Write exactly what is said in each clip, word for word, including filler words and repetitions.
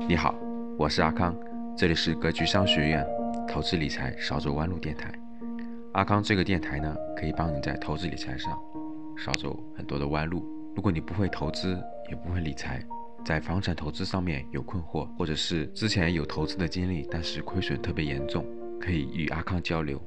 你好，我是阿康，这里是格局商学院投资理财少走弯路电台。阿康这个电台呢，可以帮你在投资理财上少走很多的弯路。如果你不会投资，也不会理财，在房产投资上面有困惑，或者是之前有投资的经历，但是亏损特别严重，可以与阿康交流。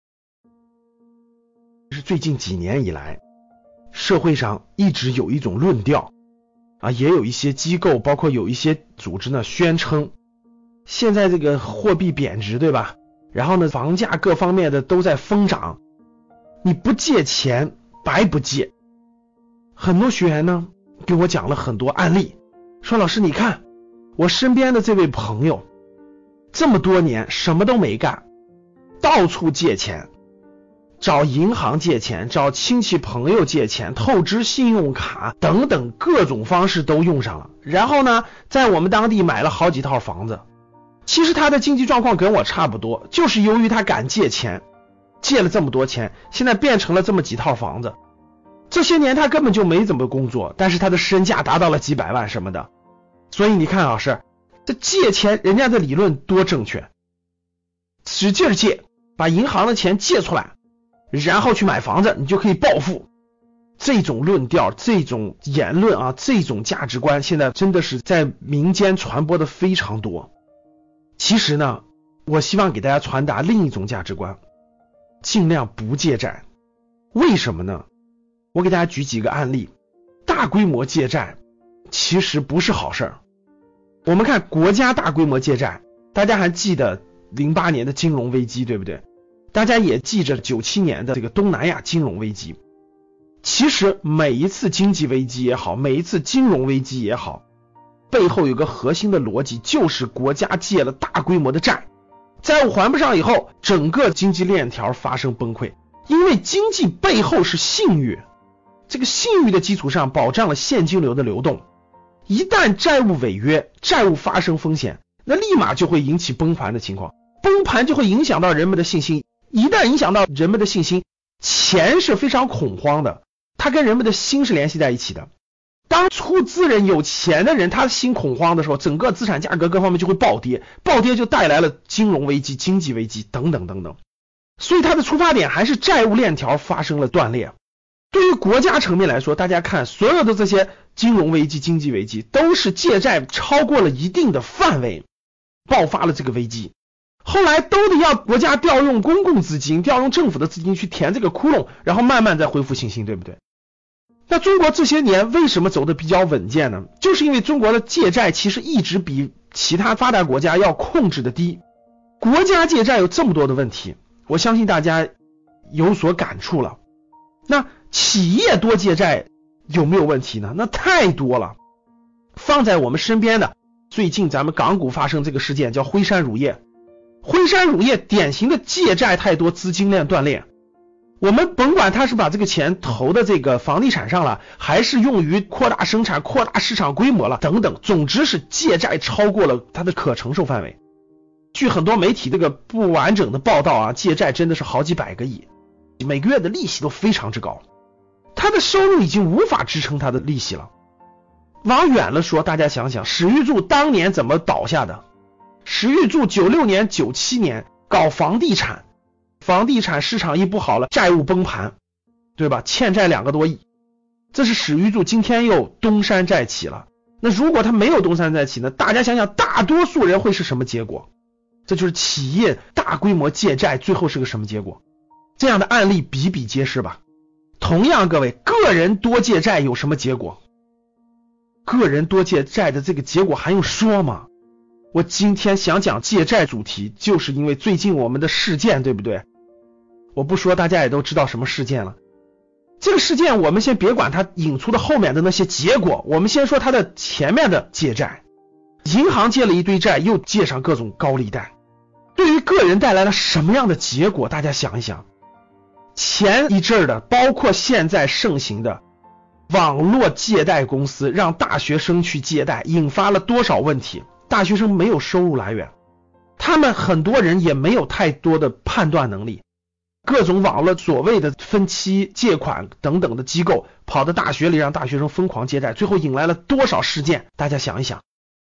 是最近几年以来，社会上一直有一种论调啊，也有一些机构，包括有一些组织呢，宣称现在这个货币贬值，对吧？然后呢，房价各方面的都在疯涨，你不借钱白不借。很多学员呢给我讲了很多案例，说老师你看我身边的这位朋友这么多年什么都没干，到处借钱，找银行借钱，找亲戚朋友借钱，透支信用卡等等各种方式都用上了，然后呢在我们当地买了好几套房子。其实他的经济状况跟我差不多，就是由于他敢借钱，借了这么多钱，现在变成了这么几套房子。这些年他根本就没怎么工作，但是他的身价达到了几百万什么的。所以你看老师，这借钱人家的理论多正确，使劲借，把银行的钱借出来，然后去买房子，你就可以暴富。这种论调，这种言论啊，这种价值观现在真的是在民间传播的非常多。其实呢，我希望给大家传达另一种价值观，尽量不借债。为什么呢？我给大家举几个案例。大规模借债其实不是好事儿。我们看国家大规模借债，大家还记得零八年的金融危机，对不对？大家也记着九七年的这个东南亚金融危机。其实每一次经济危机也好，每一次金融危机也好，背后有个核心的逻辑，就是国家借了大规模的债，债务还不上以后，整个经济链条发生崩溃。因为经济背后是信誉，这个信誉的基础上保障了现金流的流动。一旦债务违约，债务发生风险，那立马就会引起崩盘的情况，崩盘就会影响到人们的信心。一旦影响到人们的信心，钱是非常恐慌的，它跟人们的心是联系在一起的。当出资人有钱的人，他的心恐慌的时候，整个资产价格各方面就会暴跌，暴跌就带来了金融危机、经济危机等等等等。所以它的出发点还是债务链条发生了断裂。对于国家层面来说，大家看所有的这些金融危机、经济危机都是借债超过了一定的范围爆发了这个危机，后来都得要国家调用公共资金，调用政府的资金去填这个窟窿，然后慢慢再恢复信心，对不对？那中国这些年为什么走得比较稳健呢？就是因为中国的借债其实一直比其他发达国家要控制的低。国家借债有这么多的问题，我相信大家有所感触了。那企业多借债有没有问题呢？那太多了。放在我们身边的，最近咱们港股发生这个事件叫辉山乳业。辉山乳业典型的借债太多，资金链断裂。我们甭管他是把这个钱投的这个房地产上了，还是用于扩大生产、扩大市场规模了等等，总之是借债超过了他的可承受范围。据很多媒体这个不完整的报道啊，借债真的是好几百个亿，每个月的利息都非常之高，他的收入已经无法支撑他的利息了。往远了说，大家想想史玉柱当年怎么倒下的。史玉柱九六年、九七年搞房地产，房地产市场一不好了，债务崩盘，对吧？欠债两个多亿，这是史玉柱今天又东山再起了。那如果他没有东山再起呢？大家想想，大多数人会是什么结果？这就是企业大规模借债最后是个什么结果？这样的案例比比皆是吧。同样各位，个人多借债有什么结果？个人多借债的这个结果还用说吗？我今天想讲借债主题，就是因为最近我们的事件，对不对？我不说大家也都知道什么事件了。这个事件我们先别管它引出的后面的那些结果，我们先说它的前面的借债。银行借了一堆债，又借上各种高利贷，对于个人带来了什么样的结果？大家想一想。前一阵的，包括现在盛行的网络借贷公司，让大学生去借贷，引发了多少问题？大学生没有收入来源，他们很多人也没有太多的判断能力，各种网络所谓的分期借款等等的机构跑到大学里让大学生疯狂借债，最后引来了多少事件？大家想一想。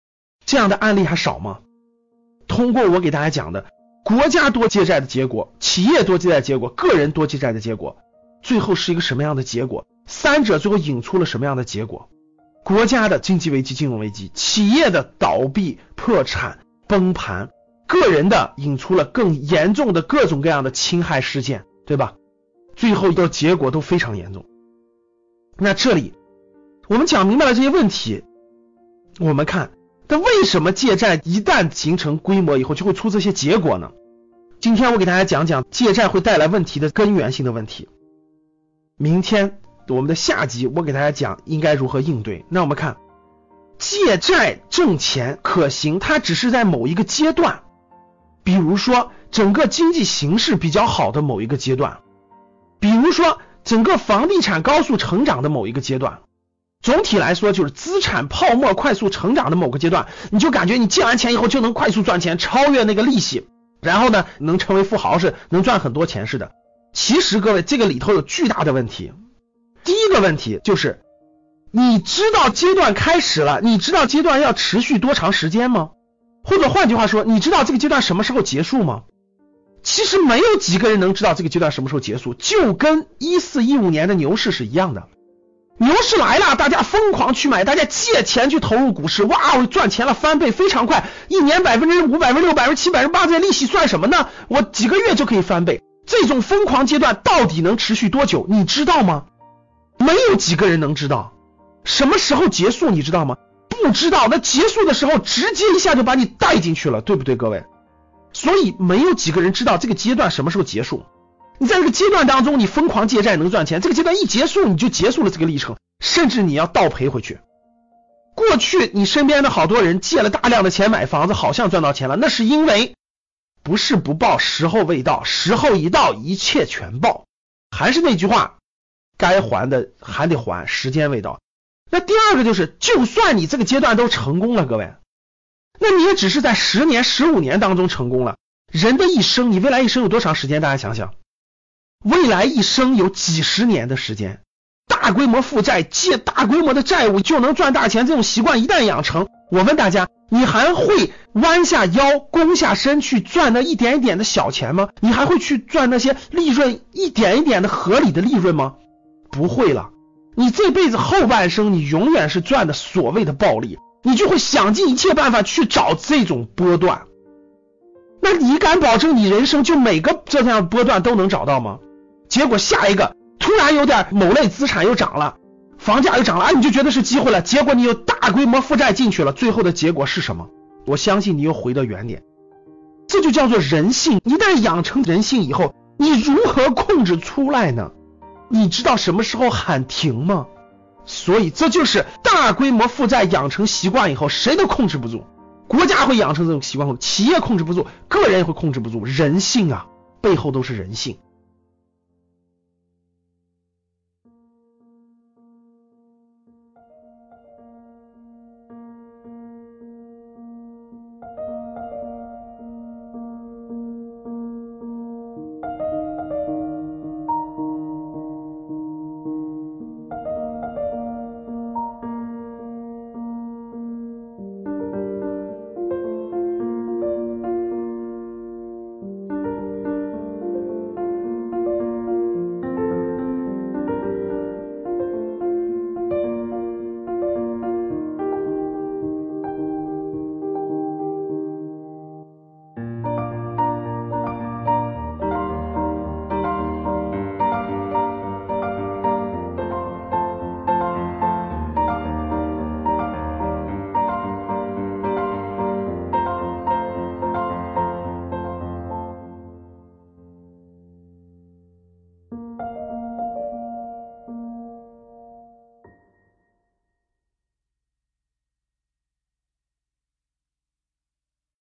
这样的案例还少吗？通过我给大家讲的国家多借债的结果，企业多借债的结果，个人多借债的结果，最后是一个什么样的结果？三者最后引出了什么样的结果？国家的经济危机、金融危机，企业的倒闭、破产、崩盘，个人的引出了更严重的各种各样的侵害事件，对吧？最后的结果都非常严重。那这里我们讲明白了这些问题，我们看那为什么借债一旦形成规模以后就会出这些结果呢？今天我给大家讲讲借债会带来问题的根源性的问题，明天我们的下集我给大家讲应该如何应对。那我们看借债挣钱可行，它只是在某一个阶段，比如说整个经济形势比较好的某一个阶段，比如说整个房地产高速成长的某一个阶段，总体来说就是资产泡沫快速成长的某个阶段，你就感觉你借完钱以后就能快速赚钱，超越那个利息，然后呢能成为富豪，是能赚很多钱似的。其实各位这个里头有巨大的问题。第一个问题就是你知道阶段开始了，你知道阶段要持续多长时间吗？或者换句话说，你知道这个阶段什么时候结束吗？其实没有几个人能知道这个阶段什么时候结束，就跟一四一五年的牛市是一样的。牛市来了，大家疯狂去买，大家借钱去投入股市，哇，我赚钱了，翻倍非常快，一年百分之五、百分之六、百分之七、百分之八，这些利息算什么呢？我几个月就可以翻倍。这种疯狂阶段到底能持续多久？你知道吗？没有几个人能知道。什么时候结束你知道吗？不知道。那结束的时候直接一下就把你带进去了，对不对各位？所以没有几个人知道这个阶段什么时候结束。你在这个阶段当中你疯狂借债能赚钱，这个阶段一结束你就结束了这个历程，甚至你要倒赔回去。过去你身边的好多人借了大量的钱买房子，好像赚到钱了，那是因为不是不报，时候未到，时候一到一切全报。还是那句话，该还的还得还，时间未到。那第二个就是，就算你这个阶段都成功了，各位，那你也只是在十年十五年当中成功了。人的一生，你未来一生有多长时间？大家想想，未来一生有几十年的时间，大规模负债，借大规模的债务就能赚大钱，这种习惯一旦养成，我问大家，你还会弯下腰弓下身去赚那一点一点的小钱吗？你还会去赚那些利润一点一点的合理的利润吗？不会了。你这辈子后半生你永远是赚的所谓的暴利，你就会想尽一切办法去找这种波段。那你敢保证你人生就每个这样波段都能找到吗？结果下一个突然有点某类资产又涨了，房价又涨了，啊，你就觉得是机会了，结果你有大规模负债进去了，最后的结果是什么？我相信你又回到原点。这就叫做人性。一旦养成人性以后，你如何控制出来呢？你知道什么时候喊停吗？所以这就是大规模负债养成习惯以后，谁都控制不住。国家会养成这种习惯后，企业控制不住，个人也会控制不住。人性啊，背后都是人性。